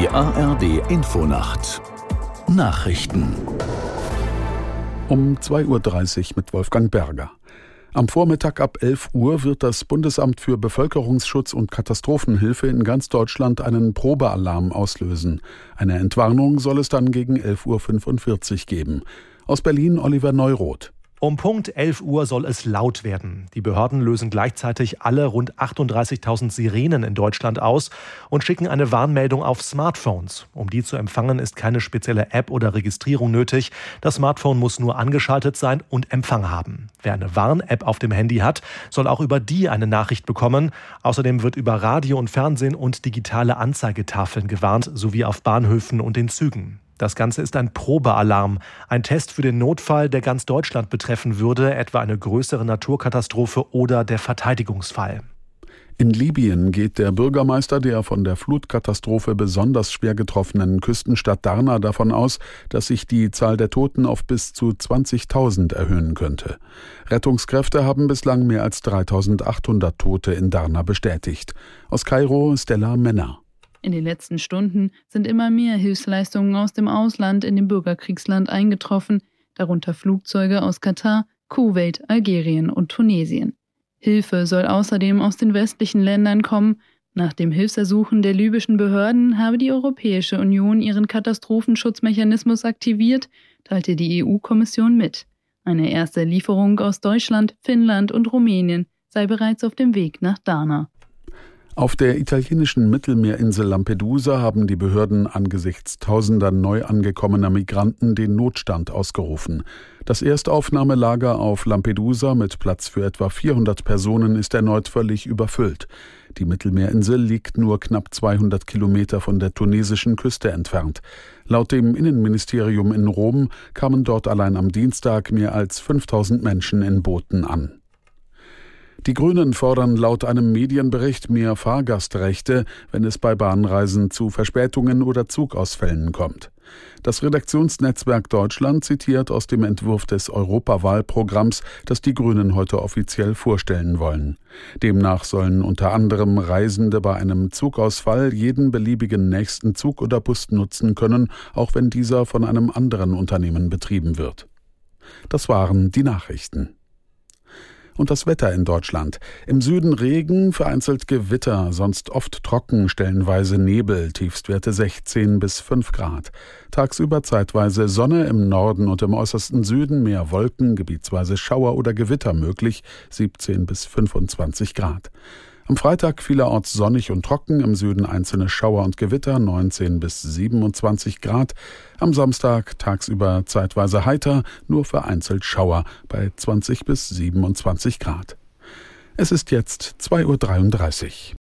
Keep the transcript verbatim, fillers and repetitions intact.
A R D Infonacht Nachrichten um zwei Uhr dreißig mit Wolfgang Berger. Am Vormittag ab elf Uhr wird das Bundesamt für Bevölkerungsschutz und Katastrophenhilfe in ganz Deutschland einen Probealarm auslösen. Eine Entwarnung soll es dann gegen elf Uhr fünfundvierzig geben. Aus Berlin Oliver Neuroth. Um Punkt elf Uhr soll es laut werden. Die Behörden lösen gleichzeitig alle rund achtunddreißigtausend Sirenen in Deutschland aus und schicken eine Warnmeldung auf Smartphones. Um die zu empfangen, ist keine spezielle App oder Registrierung nötig. Das Smartphone muss nur angeschaltet sein und Empfang haben. Wer eine Warn-App auf dem Handy hat, soll auch über die eine Nachricht bekommen. Außerdem wird über Radio und Fernsehen und digitale Anzeigetafeln gewarnt, sowie auf Bahnhöfen und den Zügen. Das Ganze ist ein Probealarm, ein Test für den Notfall, der ganz Deutschland betreffen würde, etwa eine größere Naturkatastrophe oder der Verteidigungsfall. In Libyen geht der Bürgermeister der von der Flutkatastrophe besonders schwer getroffenen Küstenstadt Darna davon aus, dass sich die Zahl der Toten auf bis zu zwanzigtausend erhöhen könnte. Rettungskräfte haben bislang mehr als dreitausendachthundert Tote in Darna bestätigt. Aus Kairo Stella Männer. In den letzten Stunden sind immer mehr Hilfsleistungen aus dem Ausland in dem Bürgerkriegsland eingetroffen, darunter Flugzeuge aus Katar, Kuwait, Algerien und Tunesien. Hilfe soll außerdem aus den westlichen Ländern kommen. Nach dem Hilfsersuchen der libyschen Behörden habe die Europäische Union ihren Katastrophenschutzmechanismus aktiviert, teilte die E U-Kommission mit. Eine erste Lieferung aus Deutschland, Finnland und Rumänien sei bereits auf dem Weg nach Darna. Auf der italienischen Mittelmeerinsel Lampedusa haben die Behörden angesichts tausender neu angekommener Migranten den Notstand ausgerufen. Das Erstaufnahmelager auf Lampedusa mit Platz für etwa vierhundert Personen ist erneut völlig überfüllt. Die Mittelmeerinsel liegt nur knapp zweihundert Kilometer von der tunesischen Küste entfernt. Laut dem Innenministerium in Rom kamen dort allein am Dienstag mehr als fünftausend Menschen in Booten an. Die Grünen fordern laut einem Medienbericht mehr Fahrgastrechte, wenn es bei Bahnreisen zu Verspätungen oder Zugausfällen kommt. Das Redaktionsnetzwerk Deutschland zitiert aus dem Entwurf des Europawahlprogramms, das die Grünen heute offiziell vorstellen wollen. Demnach sollen unter anderem Reisende bei einem Zugausfall jeden beliebigen nächsten Zug oder Bus nutzen können, auch wenn dieser von einem anderen Unternehmen betrieben wird. Das waren die Nachrichten. Und das Wetter in Deutschland. Im Süden Regen, vereinzelt Gewitter, sonst oft trocken, stellenweise Nebel, Tiefstwerte sechzehn bis fünf Grad. Tagsüber zeitweise Sonne, im Norden und im äußersten Süden mehr Wolken, gebietsweise Schauer oder Gewitter möglich, siebzehn bis fünfundzwanzig Grad. Am Freitag vielerorts sonnig und trocken, im Süden einzelne Schauer und Gewitter, neunzehn bis siebenundzwanzig Grad. Am Samstag tagsüber zeitweise heiter, nur vereinzelt Schauer bei zwanzig bis siebenundzwanzig Grad. Es ist jetzt zwei Uhr dreiunddreißig.